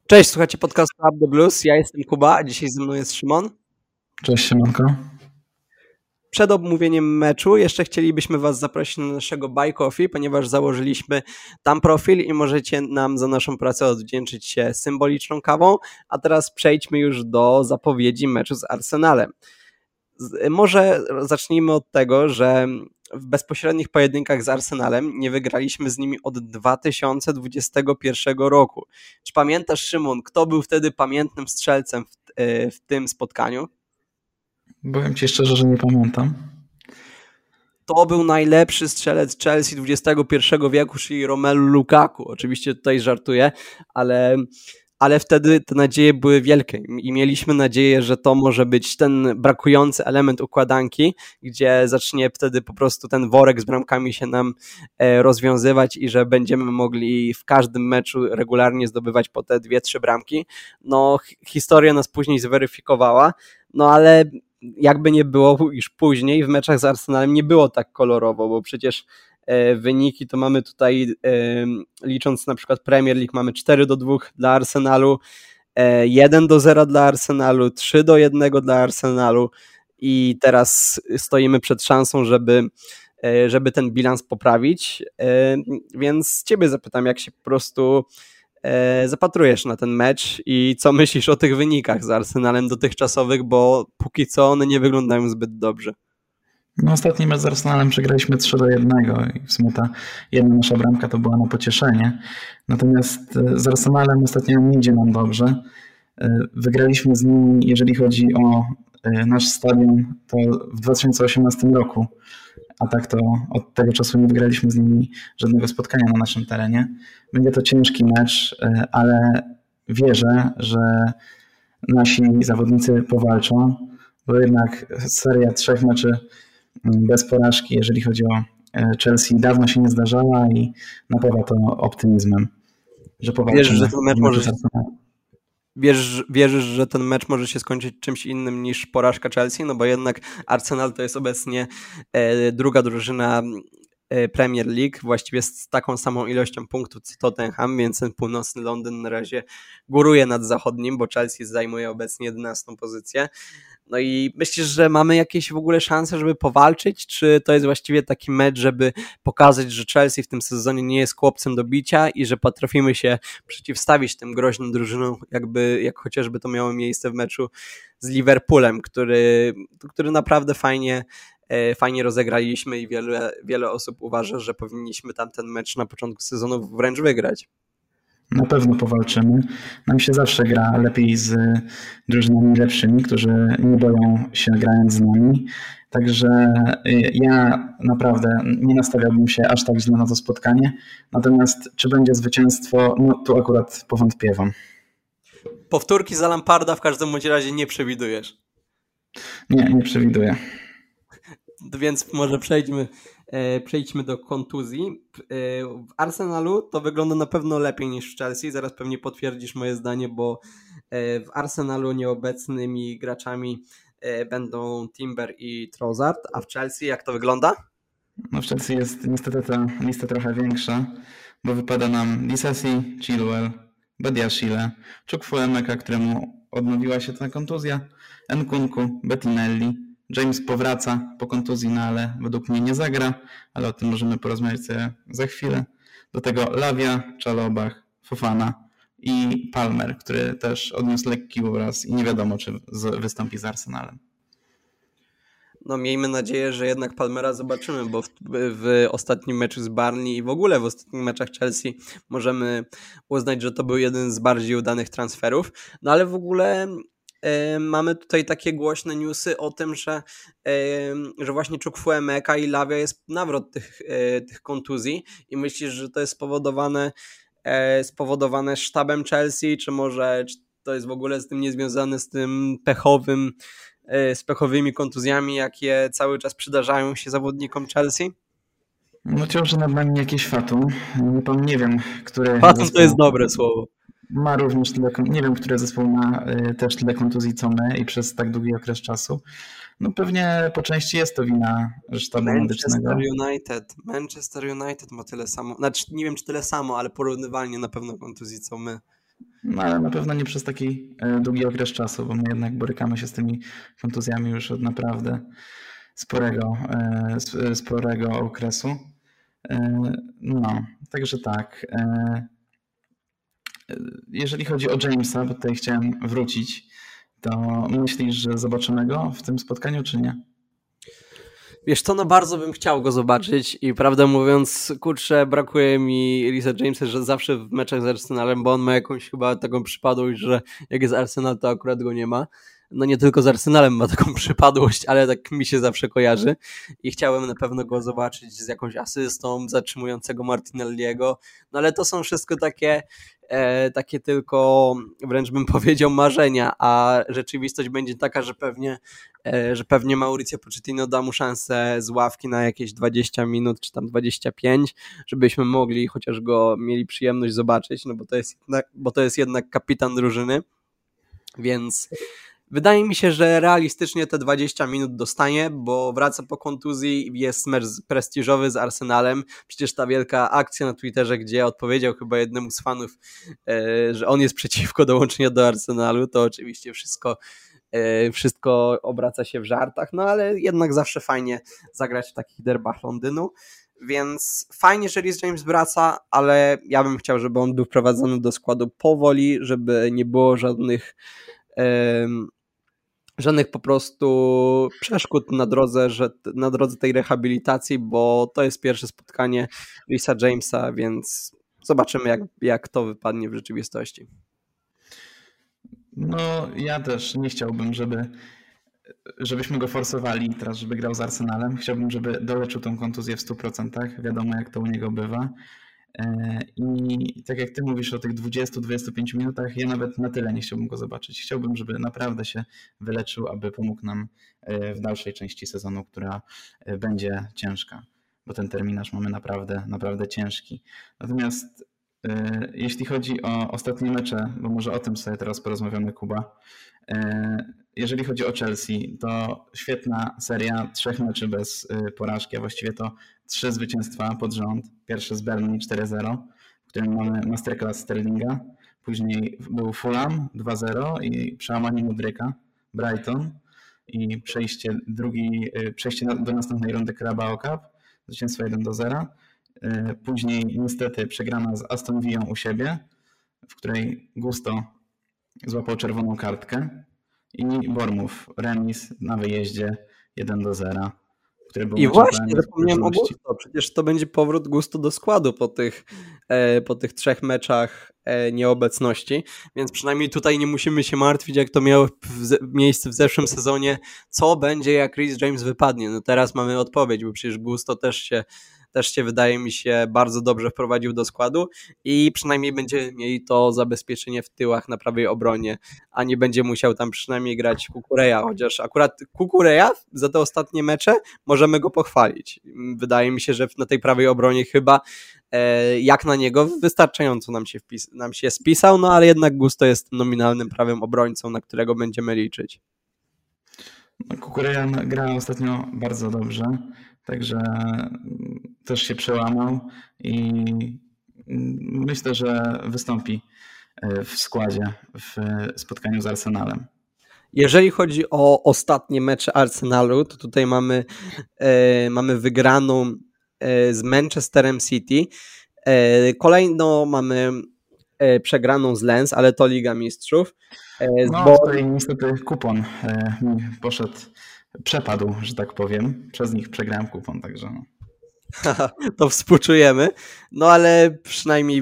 Cześć, słuchajcie podcastu Up the Blues. Ja jestem Kuba, a dzisiaj ze mną jest Szymon. Cześć, siemanko. Przed omówieniem meczu jeszcze chcielibyśmy Was zaprosić na naszego Buy Coffee, ponieważ założyliśmy tam profil i możecie nam za naszą pracę odwdzięczyć się symboliczną kawą. A teraz przejdźmy już do zapowiedzi meczu z Arsenalem. Może zacznijmy od tego, że w bezpośrednich pojedynkach z Arsenalem nie wygraliśmy z nimi od 2021 roku. Czy pamiętasz, Szymon, kto był wtedy pamiętnym strzelcem w tym spotkaniu? Powiem Ci szczerze, że nie pamiętam. To był najlepszy strzelec Chelsea XXI wieku, czyli Romelu Lukaku. Oczywiście tutaj żartuję, ale wtedy te nadzieje były wielkie i mieliśmy nadzieję, że to może być ten brakujący element układanki, gdzie zacznie wtedy po prostu ten worek z bramkami się nam rozwiązywać i że będziemy mogli w każdym meczu regularnie zdobywać po te 2-3 bramki. No, historia nas później zweryfikowała, no ale jakby nie było, już później w meczach z Arsenalem nie było tak kolorowo, bo przecież wyniki to mamy tutaj, licząc na przykład Premier League, mamy 4-2 dla Arsenalu, 1-0 dla Arsenalu, 3-1 dla Arsenalu i teraz stoimy przed szansą, żeby ten bilans poprawić, więc Ciebie zapytam, jak się po prostu zapatrujesz na ten mecz i co myślisz o tych wynikach z Arsenalem dotychczasowych, bo póki co one nie wyglądają zbyt dobrze. No, ostatni mecz z Arsenalem przegraliśmy 3-1 i w sumie ta jedna nasza bramka to była na pocieszenie. Natomiast z Arsenalem ostatnio nie idzie nam dobrze. Wygraliśmy z nimi, jeżeli chodzi o nasz stadion, to w 2018 roku, a tak to od tego czasu nie wygraliśmy z nimi żadnego spotkania na naszym terenie. Będzie to ciężki mecz, ale wierzę, że nasi zawodnicy powalczą, bo jednak seria 3 meczy bez porażki, jeżeli chodzi o Chelsea, dawno się nie zdarzała i napawa to optymizmem, że powalczymy. Wierzysz, że ten mecz może się skończyć czymś innym niż porażka Chelsea? No bo jednak Arsenal to jest obecnie druga drużyna Premier League, właściwie z taką samą ilością punktów co Tottenham, więc ten północny Londyn na razie góruje nad zachodnim, bo Chelsea zajmuje obecnie 11. pozycję. No i myślisz, że mamy jakieś w ogóle szanse, żeby powalczyć, czy to jest właściwie taki mecz, żeby pokazać, że Chelsea w tym sezonie nie jest chłopcem do bicia i że potrafimy się przeciwstawić tym groźnym drużynom, jak chociażby to miało miejsce w meczu z Liverpoolem, który naprawdę fajnie rozegraliśmy i wiele osób uważa, że powinniśmy tamten mecz na początku sezonu wręcz wygrać. Na pewno powalczymy. Nam się zawsze gra lepiej z drużynami lepszymi, którzy nie boją się grając z nami. Także ja naprawdę nie nastawiałbym się aż tak źle na to spotkanie. Natomiast czy będzie zwycięstwo, no tu akurat powątpiewam. Powtórki za Lamparda w każdym bądź razie nie przewidujesz. Nie przewiduję. Więc może przejdźmy do kontuzji. W Arsenalu to wygląda na pewno lepiej niż w Chelsea. Zaraz pewnie potwierdzisz moje zdanie, bo w Arsenalu nieobecnymi graczami będą Timber i Trossard, a w Chelsea jak to wygląda? No w Chelsea jest niestety ta lista trochę większa, bo wypada nam Disasi, Chilwell, Badiashile, Chukwuemeka, któremu odnowiła się ta kontuzja, Nkunku, Bettinelli. James powraca po kontuzji, no ale według mnie nie zagra, ale o tym możemy porozmawiać za chwilę. Do tego Lavia, Chalobah, Fofana i Palmer, który też odniósł lekki uraz i nie wiadomo, czy wystąpi z Arsenalem. No miejmy nadzieję, że jednak Palmera zobaczymy, bo w ostatnim meczu z Burnley i w ogóle w ostatnich meczach Chelsea możemy uznać, że to był jeden z bardziej udanych transferów. No ale w ogóle mamy tutaj takie głośne newsy o tym, że właśnie Chukwuemeka i Lavia jest nawrot tych kontuzji i myślisz, że to jest spowodowane sztabem Chelsea, czy może to jest w ogóle z tym niezwiązane z tym z pechowymi kontuzjami, jakie cały czas przydarzają się zawodnikom Chelsea? No ciąży nad nami jakieś fatum. Nie wiem, który... Fatum to jest dobre słowo. Ma również nie wiem, który zespół ma też tyle kontuzji co my i przez tak długi okres czasu. No pewnie po części jest to wina sztabu medycznego. Manchester United ma tyle samo, znaczy nie wiem czy tyle samo, ale porównywalnie na pewno kontuzji co my. No ale na pewno nie przez taki długi okres czasu, bo my jednak borykamy się z tymi kontuzjami już od naprawdę sporego okresu. No, także tak. Jeżeli chodzi o Jamesa, bo tutaj chciałem wrócić, to myślisz, że zobaczymy go w tym spotkaniu, czy nie? Wiesz co, no bardzo bym chciał go zobaczyć i prawdę mówiąc, kurczę, brakuje mi Reesa Jamesa, że zawsze w meczach z Arsenalem, bo on ma jakąś chyba taką przypadłość, że jak jest Arsenal, to akurat go nie ma. No nie tylko z Arsenalem ma taką przypadłość, ale tak mi się zawsze kojarzy i chciałem na pewno go zobaczyć z jakąś asystą zatrzymującego Martinelliego, no ale to są wszystko takie tylko, wręcz bym powiedział, marzenia, a rzeczywistość będzie taka, że pewnie Mauricio Pochettino da mu szansę z ławki na jakieś 20 minut, czy tam 25, żebyśmy mogli chociaż go mieli przyjemność zobaczyć, no bo to jest jednak kapitan drużyny, więc wydaje mi się, że realistycznie te 20 minut dostanie, bo wraca po kontuzji, jest mecz prestiżowy z Arsenalem. Przecież ta wielka akcja na Twitterze, gdzie odpowiedział chyba jednemu z fanów, że on jest przeciwko dołączeniu do Arsenalu, to oczywiście wszystko obraca się w żartach, no ale jednak zawsze fajnie zagrać w takich derbach Londynu. Więc fajnie, że Reece James wraca, ale ja bym chciał, żeby on był wprowadzony do składu powoli, żeby nie było żadnych po prostu przeszkód na drodze tej rehabilitacji, bo to jest pierwsze spotkanie Reesa Jamesa, więc zobaczymy jak to wypadnie w rzeczywistości. No ja też nie chciałbym, żebyśmy go forsowali teraz, żeby grał z Arsenalem. Chciałbym, żeby doleczył tą kontuzję w 100%. Wiadomo, jak to u niego bywa. I tak jak ty mówisz o tych 20-25 minutach, ja nawet na tyle nie chciałbym go zobaczyć. Chciałbym, żeby naprawdę się wyleczył, aby pomógł nam w dalszej części sezonu, która będzie ciężka, bo ten terminarz mamy naprawdę ciężki. Natomiast jeśli chodzi o ostatnie mecze, bo może o tym sobie teraz porozmawiamy, Kuba. Jeżeli chodzi o Chelsea, to świetna seria 3 meczy bez porażki, a właściwie to 3 zwycięstwa pod rząd. Pierwsze z Burnley 4-0, w którym mamy masterclass Sterlinga. Później był Fulham 2-0 i przełamanie Mudryka, Brighton i przejście do następnej rundy Carabao Cup, zwycięstwo 1-0. Później niestety przegrana z Aston Villą u siebie, w której Gusto złapał czerwoną kartkę, i Bournemouth remis na wyjeździe 1-0, który był i właśnie zapomniałem o Gusto, przecież to będzie powrót Gusto do składu po tych 3 meczach nieobecności, więc przynajmniej tutaj nie musimy się martwić, jak to miało miejsce w zeszłym sezonie, co będzie jak Reece James wypadnie. No teraz mamy odpowiedź, bo przecież Gusto też się wydaje mi się bardzo dobrze wprowadził do składu i przynajmniej będzie mieli to zabezpieczenie w tyłach na prawej obronie, a nie będzie musiał tam przynajmniej grać Cucurella, chociaż akurat Cucurella za te ostatnie mecze możemy go pochwalić. Wydaje mi się, że na tej prawej obronie chyba jak na niego wystarczająco nam się spisał, no ale jednak Gusto jest nominalnym prawym obrońcą, na którego będziemy liczyć. Cucurella gra ostatnio bardzo dobrze, także też się przełamał i myślę, że wystąpi w składzie w spotkaniu z Arsenalem. Jeżeli chodzi o ostatnie mecze Arsenalu, to tutaj mamy wygraną z Manchesterem City. Kolejno mamy przegraną z Lens, ale to Liga Mistrzów. Tutaj niestety kupon mi przepadł, że tak powiem. Przez nich przegrałem kupon, także no. To współczujemy. No ale przynajmniej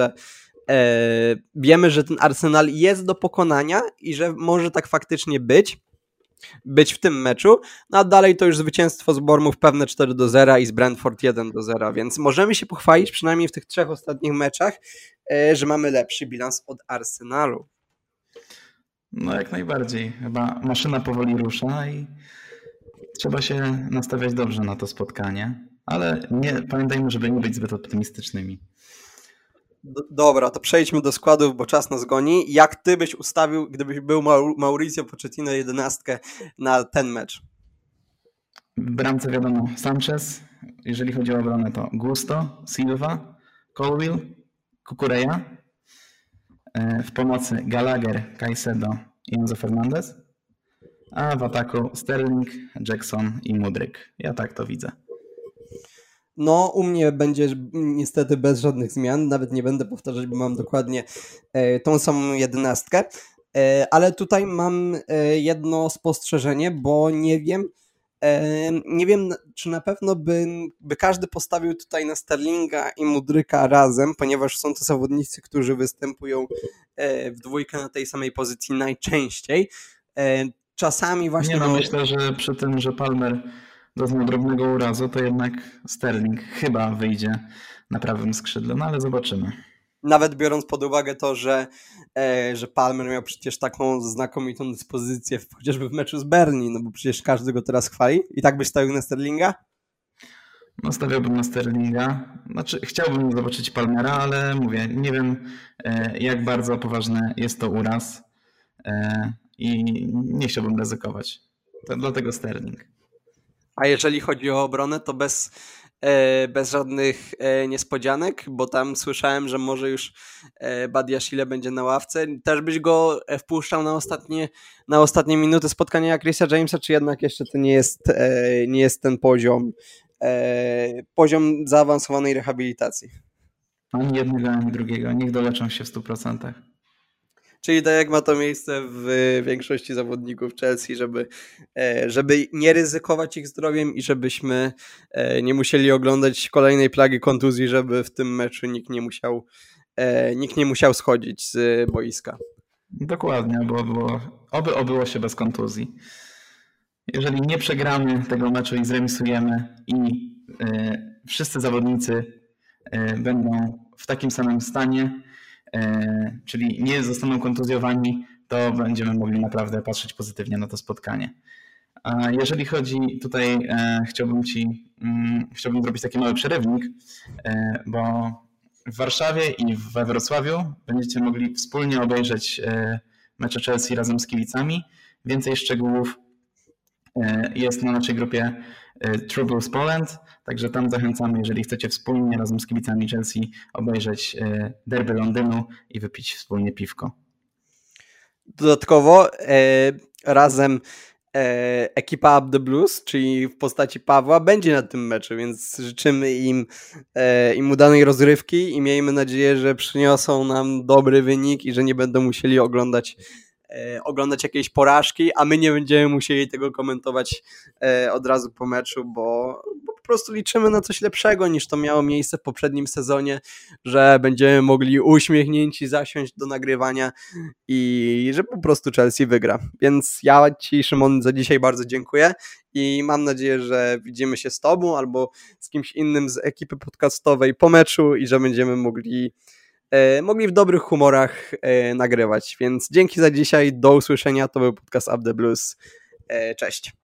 wiemy, że ten Arsenal jest do pokonania i że może tak faktycznie być w tym meczu, no a dalej to już zwycięstwo z Bournemouth pewne 4-0 i z Brentford 1-0, więc możemy się pochwalić przynajmniej w tych 3 ostatnich meczach, że mamy lepszy bilans od Arsenalu. No jak najbardziej. Chyba maszyna powoli rusza i trzeba się nastawiać dobrze na to spotkanie, ale pamiętajmy, żeby nie być zbyt optymistycznymi. Dobra, to przejdźmy do składów, bo czas nas goni. Jak ty byś ustawił, gdybyś był Mauricio Pochettino 11 na ten mecz? W bramce wiadomo Sanchez. Jeżeli chodzi o obronę, to Gusto, Silva, Colwill, Cucurella. W pomocy Gallagher, Caicedo i Enzo Fernandez, a w ataku Sterling, Jackson i Mudryk. Ja tak to widzę. No, u mnie będzie niestety bez żadnych zmian, nawet nie będę powtarzać, bo mam dokładnie tą samą 11, ale tutaj mam jedno spostrzeżenie, bo nie wiem, czy na pewno by każdy postawił tutaj na Sterlinga i Mudryka razem, ponieważ są to zawodnicy, którzy występują w dwójkę na tej samej pozycji najczęściej. Czasami właśnie... Myślę, że przy tym, że Palmer doznał drobnego urazu, to jednak Sterling chyba wyjdzie na prawym skrzydle, no ale zobaczymy. Nawet biorąc pod uwagę to, że Palmer miał przecież taką znakomitą dyspozycję chociażby w meczu z Burnley, no bo przecież każdy go teraz chwali. I tak byś stawił na Sterlinga? No stawiałbym na Sterlinga. Znaczy chciałbym zobaczyć Palmera, ale mówię, nie wiem jak bardzo poważny jest to uraz i nie chciałbym ryzykować. To dlatego Sterling. A jeżeli chodzi o obronę, to bez żadnych niespodzianek, bo tam słyszałem, że może już Badiashile będzie na ławce. Też byś go wpuszczał na ostatnie minuty spotkania Chrisa Jamesa, czy jednak jeszcze to nie jest ten poziom zaawansowanej rehabilitacji? Ani jednego, ani drugiego. Niech doleczą się w 100%. Czyli tak jak ma to miejsce w większości zawodników Chelsea, żeby nie ryzykować ich zdrowiem i żebyśmy nie musieli oglądać kolejnej plagi kontuzji, żeby w tym meczu nikt nie musiał schodzić z boiska. Dokładnie, bo oby obyło się bez kontuzji. Jeżeli nie przegramy tego meczu i zremisujemy i wszyscy zawodnicy będą w takim samym stanie, czyli nie zostaną kontuzjowani, to będziemy mogli naprawdę patrzeć pozytywnie na to spotkanie. A jeżeli chodzi tutaj, chciałbym zrobić taki mały przerywnik, bo w Warszawie i we Wrocławiu będziecie mogli wspólnie obejrzeć mecze Chelsea razem z kibicami. Więcej szczegółów jest na naszej grupie True Blues Poland, także tam zachęcamy, jeżeli chcecie wspólnie razem z kibicami Chelsea obejrzeć derby Londynu i wypić wspólnie piwko. Dodatkowo razem ekipa Up the Blues, czyli w postaci Pawła, będzie na tym meczu, więc życzymy im udanej rozrywki i miejmy nadzieję, że przyniosą nam dobry wynik i że nie będą musieli oglądać jakiejś porażki, a my nie będziemy musieli tego komentować od razu po meczu, bo po prostu liczymy na coś lepszego niż to miało miejsce w poprzednim sezonie, że będziemy mogli uśmiechnięci zasiąść do nagrywania i że po prostu Chelsea wygra. Więc ja Ci, Szymon, za dzisiaj bardzo dziękuję i mam nadzieję, że widzimy się z Tobą albo z kimś innym z ekipy podcastowej po meczu i że będziemy mogli w dobrych humorach nagrywać. Więc dzięki za dzisiaj, do usłyszenia, to był podcast Up the Blues. Cześć.